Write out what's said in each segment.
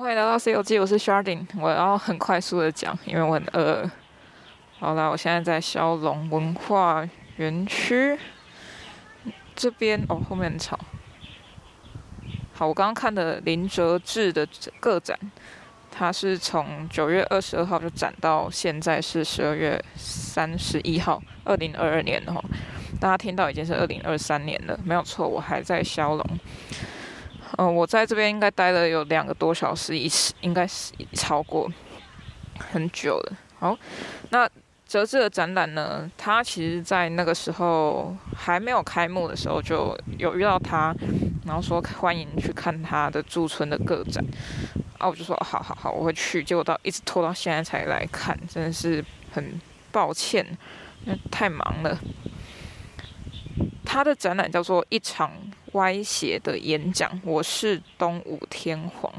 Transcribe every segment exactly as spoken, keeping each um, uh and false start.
欢迎来到《C 游记》，我是 Sharding。我要很快速的讲，因为我很饿。好啦，我现在在骁龙文化园区这边哦，后面很吵。好，我刚刚看的林哲志的个展，它是从九月二十二号就展到现在是十二月三十一号，二零二二年哦。大家听到已经是二零二三年了，没有错，我还在骁龙。呃，我在这边应该待了有两个多小时，一次应该是超过很久了。好，那哲志的展览呢，他其实在那个时候还没有开幕的时候就有遇到他，然后说欢迎去看他的驻村的个展。啊，我就说好好好，我会去。结果到一直拖到现在才来看，真的是很抱歉，因为太忙了。他的展览叫做《一场歪斜的演讲》，我是东武天皇。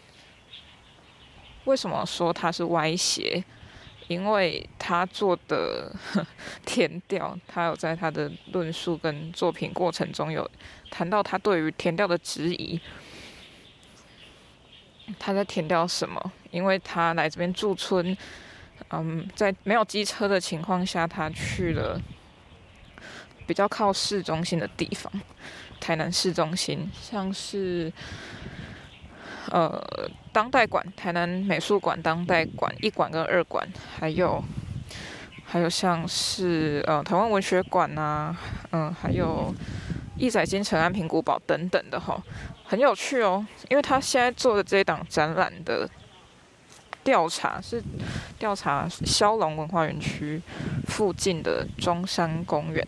为什么说他是歪斜？因为他做的填调，他有在他的论述跟作品过程中有谈到他对于填调的质疑。他在填调什么？因为他来这边驻村，嗯，在没有机车的情况下，他去了比较靠市中心的地方，台南市中心，像是呃当代馆、台南美术馆、当代馆一馆跟二馆，还有还有像是呃台湾文学馆啊，嗯、呃，还有义载金城、安平古堡等等的哈，很有趣哦。因为他现在做的这一档展览的调查是调查骁龙文化园区附近的中山公园。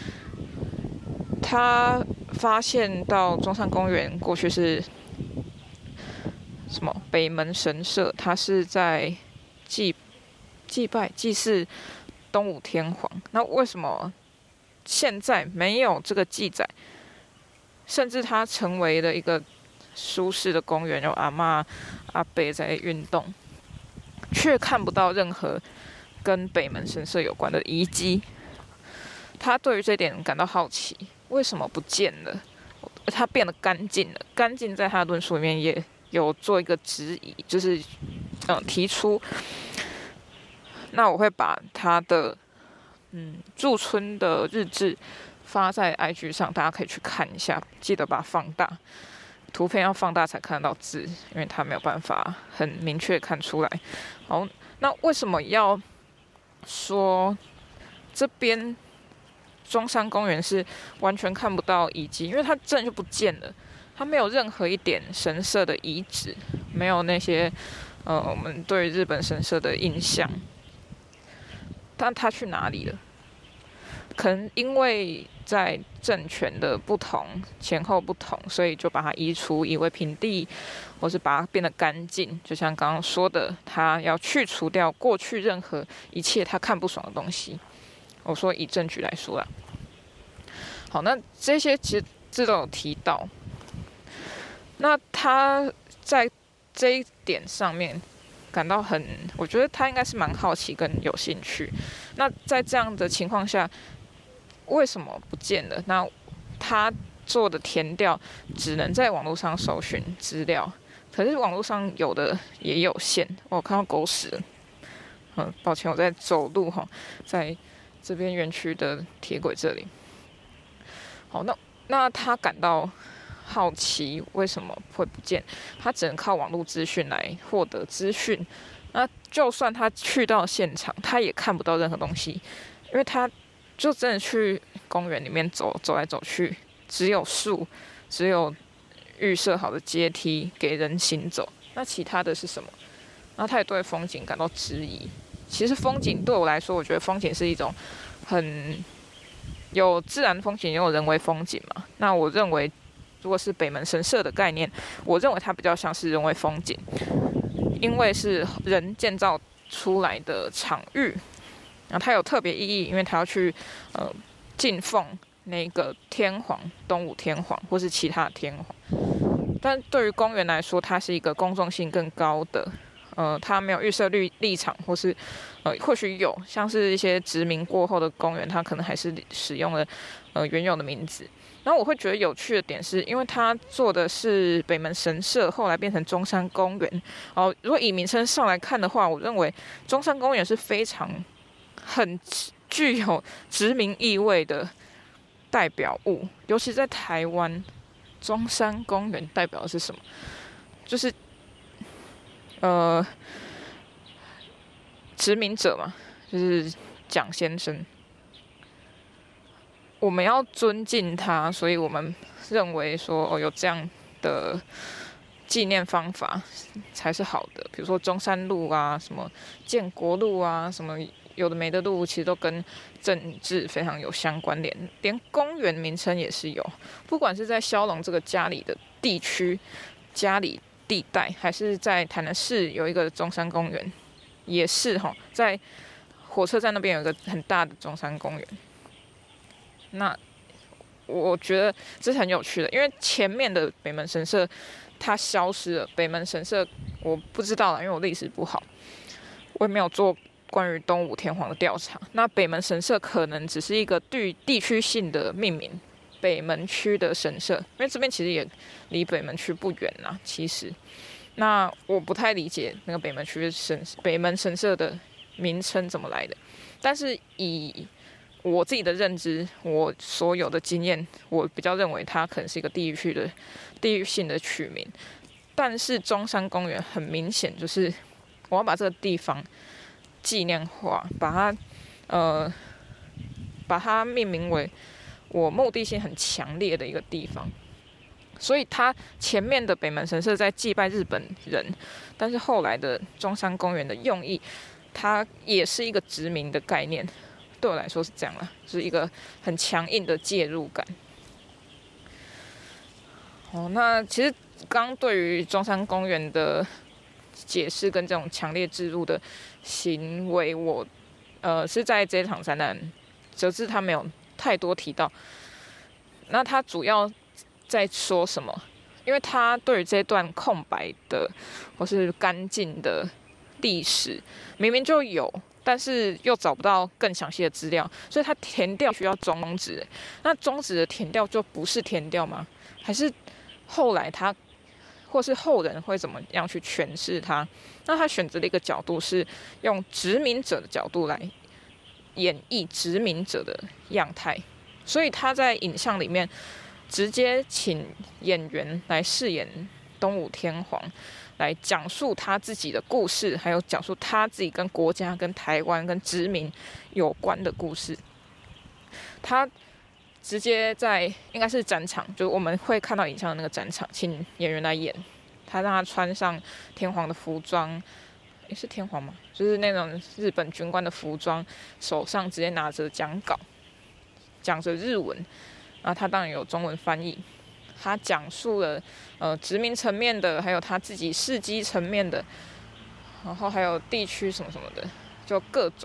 他发现到中山公园过去是什么北门神社，他是在祭祭拜祭祀东武天皇。那为什么现在没有这个记载？甚至它成为了一个舒适的公园，有阿嬷阿伯在运动，却看不到任何跟北门神社有关的遗迹。他对于这点感到好奇，为什么不见了？他变得干净了，干净在他的论述里面也有做一个质疑，就是嗯提出。那我会把他的嗯驻村的日志发在 I G 上，大家可以去看一下，记得把它放大，图片要放大才看得到字，因为他没有办法很明确看出来。好，那为什么要说这边中山公园是完全看不到遗迹？因为它真的就不见了，它没有任何一点神社的遗址，没有那些呃我们对日本神社的印象。但它去哪里了？可能因为在政权的不同前后不同，所以就把它移除，夷为平地，或是把它变得干净。就像刚刚说的，他要去除掉过去任何一切他看不爽的东西。我说以证据来说啦。好，那这些其实这都有提到。那他在这一点上面感到很，我觉得他应该是蛮好奇跟有兴趣。那在这样的情况下，为什么不见了？那他做的填调只能在网络上搜寻资料，可是网络上有的也有限。我看到狗屎了，嗯，抱歉，我在走路哈，在这边园区的铁轨这里。好，那那他感到好奇为什么会不见，他只能靠网络资讯来获得资讯。那就算他去到现场，他也看不到任何东西，因为他就真的去公园里面走走来走去，只有树，只有预设好的阶梯给人行走。那其他的是什么？然后他也对风景感到质疑。其实风景对我来说，我觉得风景是一种很有自然风景，也有人为风景嘛。那我认为，如果是北门神社的概念，我认为它比较像是人为风景，因为是人建造出来的场域，然后它有特别意义，因为它要去呃敬奉那个天皇东武天皇或是其他的天皇。但对于公园来说，它是一个公众性更高的。呃，它没有预设立立场，或是呃，或许有，像是一些殖民过后的公园，它可能还是使用了呃原有的名字。 然后我会觉得有趣的点是，因为他做的是北门神社，后来变成中山公园。哦，如果以名称上来看的话，我认为中山公园是非常很具有殖民意味的代表物，尤其在台湾，中山公园代表的是什么？就是呃殖民者嘛，就是蒋先生。我们要尊敬他，所以我们认为说哦有这样的纪念方法才是好的。比如说中山路啊，什么建国路啊，什么有的没的路，其实都跟政治非常有相关联。连公园名称也是有，不管是在骁龙这个家里的地区、家里地带，还是在台南市有一个中山公园，也是哈，在火车站那边有一个很大的中山公园。那我觉得这是很有趣的，因为前面的北门神社它消失了。北门神社我不知道啦，因为我历史不好，我也没有做关于东武天皇的调查。那北门神社可能只是一个地地区性的命名，北门区的神社，因为这边其实也离北门区不远啦。其实，那我不太理解那个北门区神北门神社的名称怎么来的，但是以我自己的认知，我所有的经验，我比较认为它可能是一个地域的地域性的取名。但是中山公园很明显就是我要把这个地方纪念化，把它呃把它命名为我目的性很强烈的一个地方。所以它前面的北门神社在祭拜日本人，但是后来的中山公园的用意，它也是一个殖民的概念。对我来说是这样啦，就是一个很强硬的介入感。哦，那其实刚对于中山公园的解释跟这种强烈置入的行为，我呃是在这场展览哲志他没有太多提到。那他主要在说什么？因为他对于这段空白的或是干净的历史，明明就有。但是又找不到更详细的资料，所以它填掉需要中指。那中指的填掉就不是填掉吗？还是后来他或是后人会怎么样去诠释它？那他选择的一个角度是用殖民者的角度来演绎殖民者的样态，所以他在影像里面直接请演员来饰演东武天皇，来讲述他自己的故事，还有讲述他自己跟国家、跟台湾、跟殖民有关的故事。他直接在应该是展场，就是我们会看到影像的那个展场，请演员来演。他让他穿上天皇的服装，诶，是天皇吗？就是那种日本军官的服装，手上直接拿着讲稿，讲着日文，然后他当然有中文翻译。他讲述了呃殖民层面的，还有他自己事迹层面的，然后还有地区什么什么的，就各种。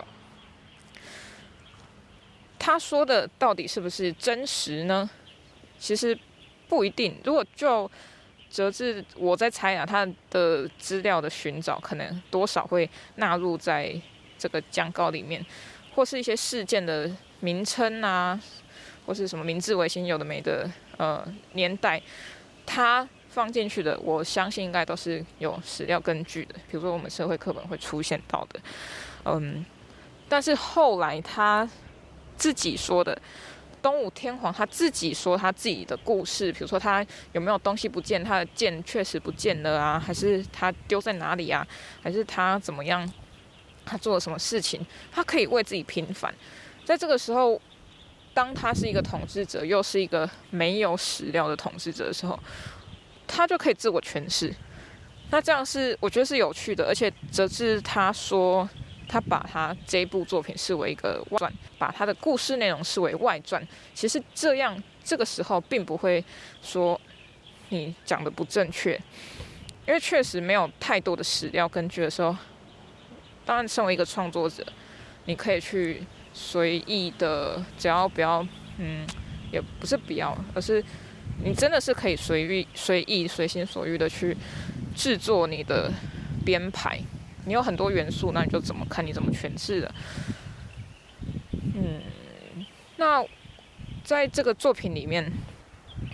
他说的到底是不是真实呢？其实不一定。如果就哲志，我在猜啊，他的资料的寻找可能多少会纳入在这个讲稿里面，或是一些事件的名称啊，或是什么明治维新有的没的。呃，年代他放进去的，我相信应该都是有史料根据的，比如说我们社会课本会出现到的，嗯，但是后来他自己说的，东武天皇他自己说他自己的故事，比如说他有没有东西不见，他的剑确实不见了啊，还是他丢在哪里啊，还是他怎么样，他做了什么事情，他可以为自己平反，在这个时候。当他是一个统治者，又是一个没有史料的统治者的时候，他就可以自我诠释。那这样是我觉得是有趣的，而且哲志他说他把他这一部作品视为一个外传，把他的故事内容视为外传。其实这样这个时候并不会说你讲的不正确，因为确实没有太多的史料根据的时候，当然身为一个创作者，你可以去。随意的，只要不要，嗯，也不是不要，而是你真的是可以随意、随意、随心所欲的去制作你的编排。你有很多元素，那你就怎么看你怎么诠释的。嗯，那在这个作品里面，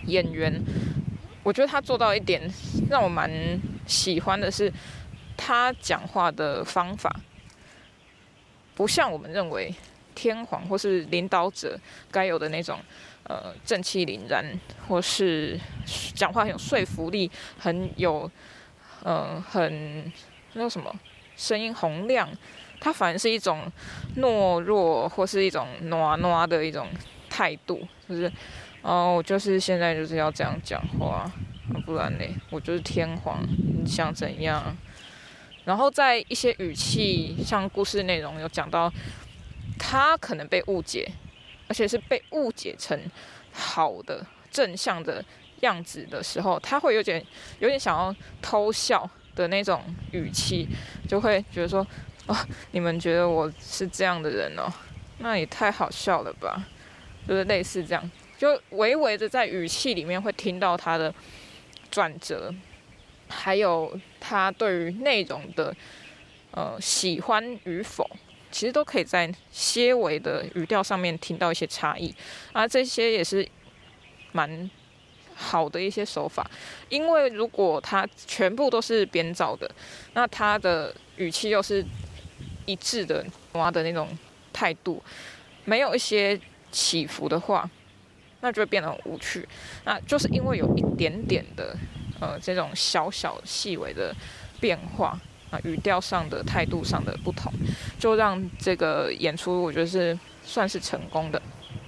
演员，我觉得他做到一点让我蛮喜欢的是，他讲话的方法不像我们认为天皇或是领导者该有的那种呃正气凛然，或是讲话很有说服力，很有呃很那叫什么声音洪亮，他反而是一种懦弱或是一种暖暖的一种态度，就是哦，我就是现在就是要这样讲话，不然嘞，我就是天皇，你想怎样？然后在一些语气，像故事内容有讲到，他可能被误解，而且是被误解成好的正向的样子的时候，他会有点有点想要偷笑的那种语气，就会觉得说，哦，你们觉得我是这样的人哦，那也太好笑了吧，就是类似这样，就微微的在语气里面会听到他的转折，还有他对于内容的呃喜欢与否，其实都可以在些微的语调上面听到一些差异，而这些也是蛮好的一些手法，因为如果他全部都是编造的，那他的语气又是一致的哇的那种态度，没有一些起伏的话，那就会变得很无趣。那就是因为有一点点的呃这种小小细微的变化啊，语调上的、态度上的不同，就让这个演出我觉得是算是成功的。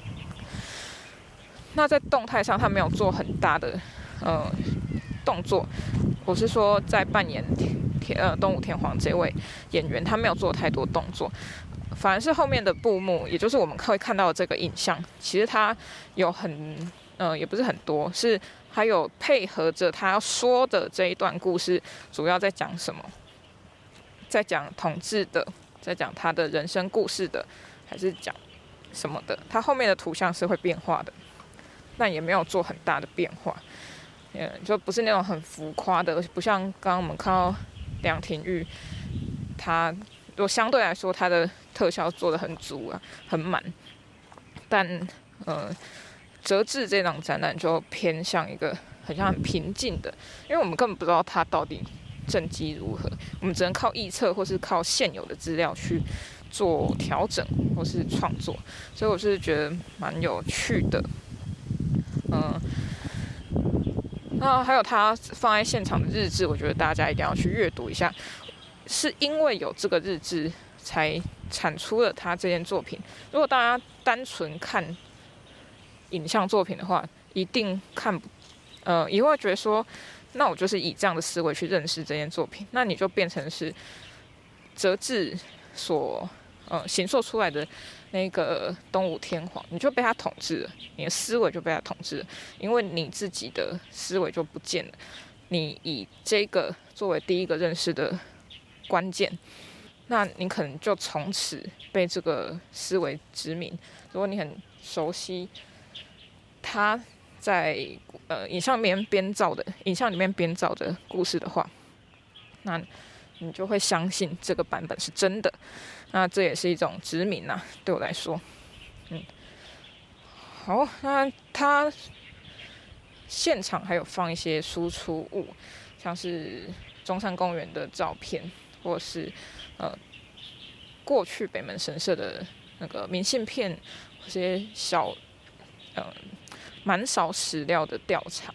那在动态上，他没有做很大的呃动作，我是说在扮演天呃东武天皇这位演员，他没有做太多动作，反而是后面的布幕，也就是我们会看到的这个影像，其实它有很呃也不是很多，是还有配合着他要说的这一段故事，主要在讲什么，在讲统治的，在讲他的人生故事的，还是讲什么的，他后面的图像是会变化的。但也没有做很大的变化，嗯，就不是那种很浮夸的，不像刚刚我们看到梁廷玉，他如果相对来说他的特效做得很足啊，很满，但呃，折志这档展览就偏向一个很像很平静的，因为我们根本不知道他到底政绩如何，我们只能靠臆测或是靠现有的资料去做调整或是创作，所以我是觉得蛮有趣的。嗯，那还有他放在现场的日志，我觉得大家一定要去阅读一下，是因为有这个日志才产出了他这件作品。如果大家单纯看影像作品的话，一定看不，呃，也会觉得说，那我就是以这样的思维去认识这件作品，那你就变成是折志所呃形塑出来的那个东武天皇，你就被他统治了，你的思维就被他统治了，因为你自己的思维就不见了，你以这个作为第一个认识的关键，那你可能就从此被这个思维殖民。如果你很熟悉他在呃影像里面编造的影像里面编造的故事的话，那你就会相信这个版本是真的。那这也是一种殖民啊，对我来说，嗯，好，那他现场还有放一些输出物，像是中山公园的照片，或是呃过去北门神社的那个明信片，这些小呃蛮少史料的调查，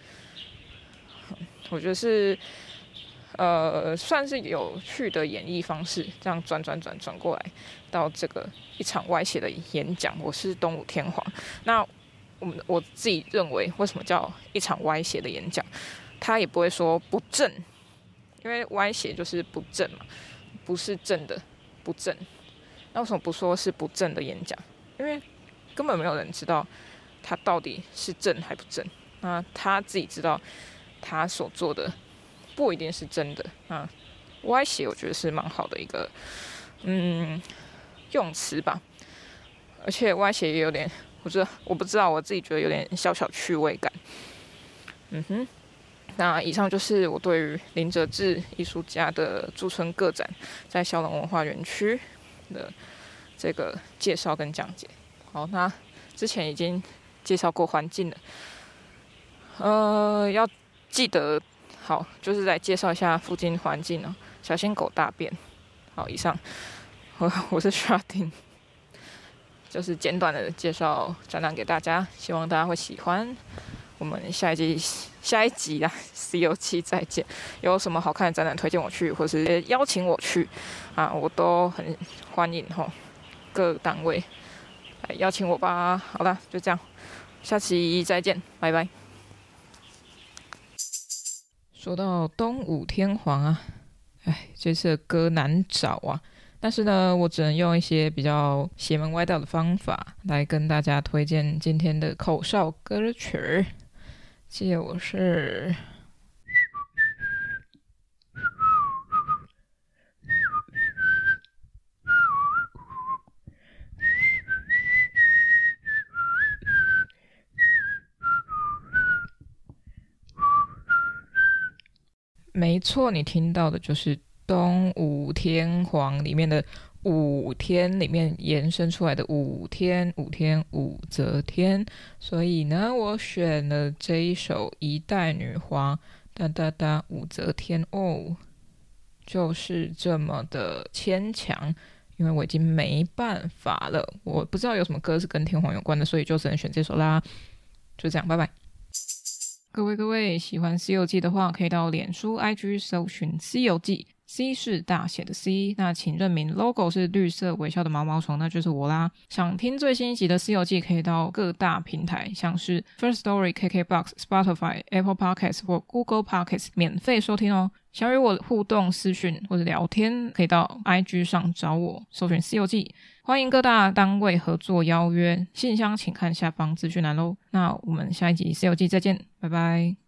我觉得是。呃，算是有趣的演绎方式，这样转转转转过来到这个一场歪斜的演讲。我是东武天皇。那我们我自己认为，为什么叫一场歪斜的演讲？他也不会说不正，因为歪斜就是不正嘛，不是正的不正。那为什么不说是不正的演讲？因为根本没有人知道他到底是正还不正。那他自己知道他所做的。不一定是真的啊，歪斜我觉得是蛮好的一个嗯用词吧，而且歪斜也有点，我觉得我不知道，我自己觉得有点小小趣味感。嗯哼，那以上就是我对于林哲志艺术家的驻村个展在小龙文化园区的这个介绍跟讲解。好，那之前已经介绍过环境了， 呃，要记得好，就是来介绍一下附近环境哦，小心狗大便。好，以上，我我是 Sharding， 就是简短的介绍展览给大家，希望大家会喜欢。我们下一集下一集啦 ，C 游记再见。有什么好看的展览推荐我去，或是邀请我去啊，我都很欢迎吼。各单位来邀请我吧。好啦，就这样，下期再见，拜拜。说到东武天皇啊，哎，这次的歌难找啊。但是呢，我只能用一些比较邪门歪道的方法来跟大家推荐今天的口哨歌曲。借我是没错，你听到的就是东武天皇里面的五天里面延伸出来的五天五天武则天，所以呢，我选了这一首一代女皇哒哒哒武则天哦，就是这么的牵强，因为我已经没办法了，我不知道有什么歌是跟天皇有关的，所以就只能选这首啦。就这样，拜拜。各位各位，喜欢《C 游记》的话，可以到脸书 I G 搜寻《C 游记》。C 是大写的 C， 那请认明 logo 是绿色微笑的毛毛虫，那就是我啦。想听最新一集的 C 游记，可以到各大平台，像是 First Story、K K Box、Spotify、Apple Podcasts 或 Google Podcasts 免费收听哦。想与我互动私讯或者聊天，可以到 I G 上找我，搜寻 C 游记。欢迎各大单位合作邀约，信箱请看下方资讯栏咯。那我们下一集 C 游记再见，拜拜。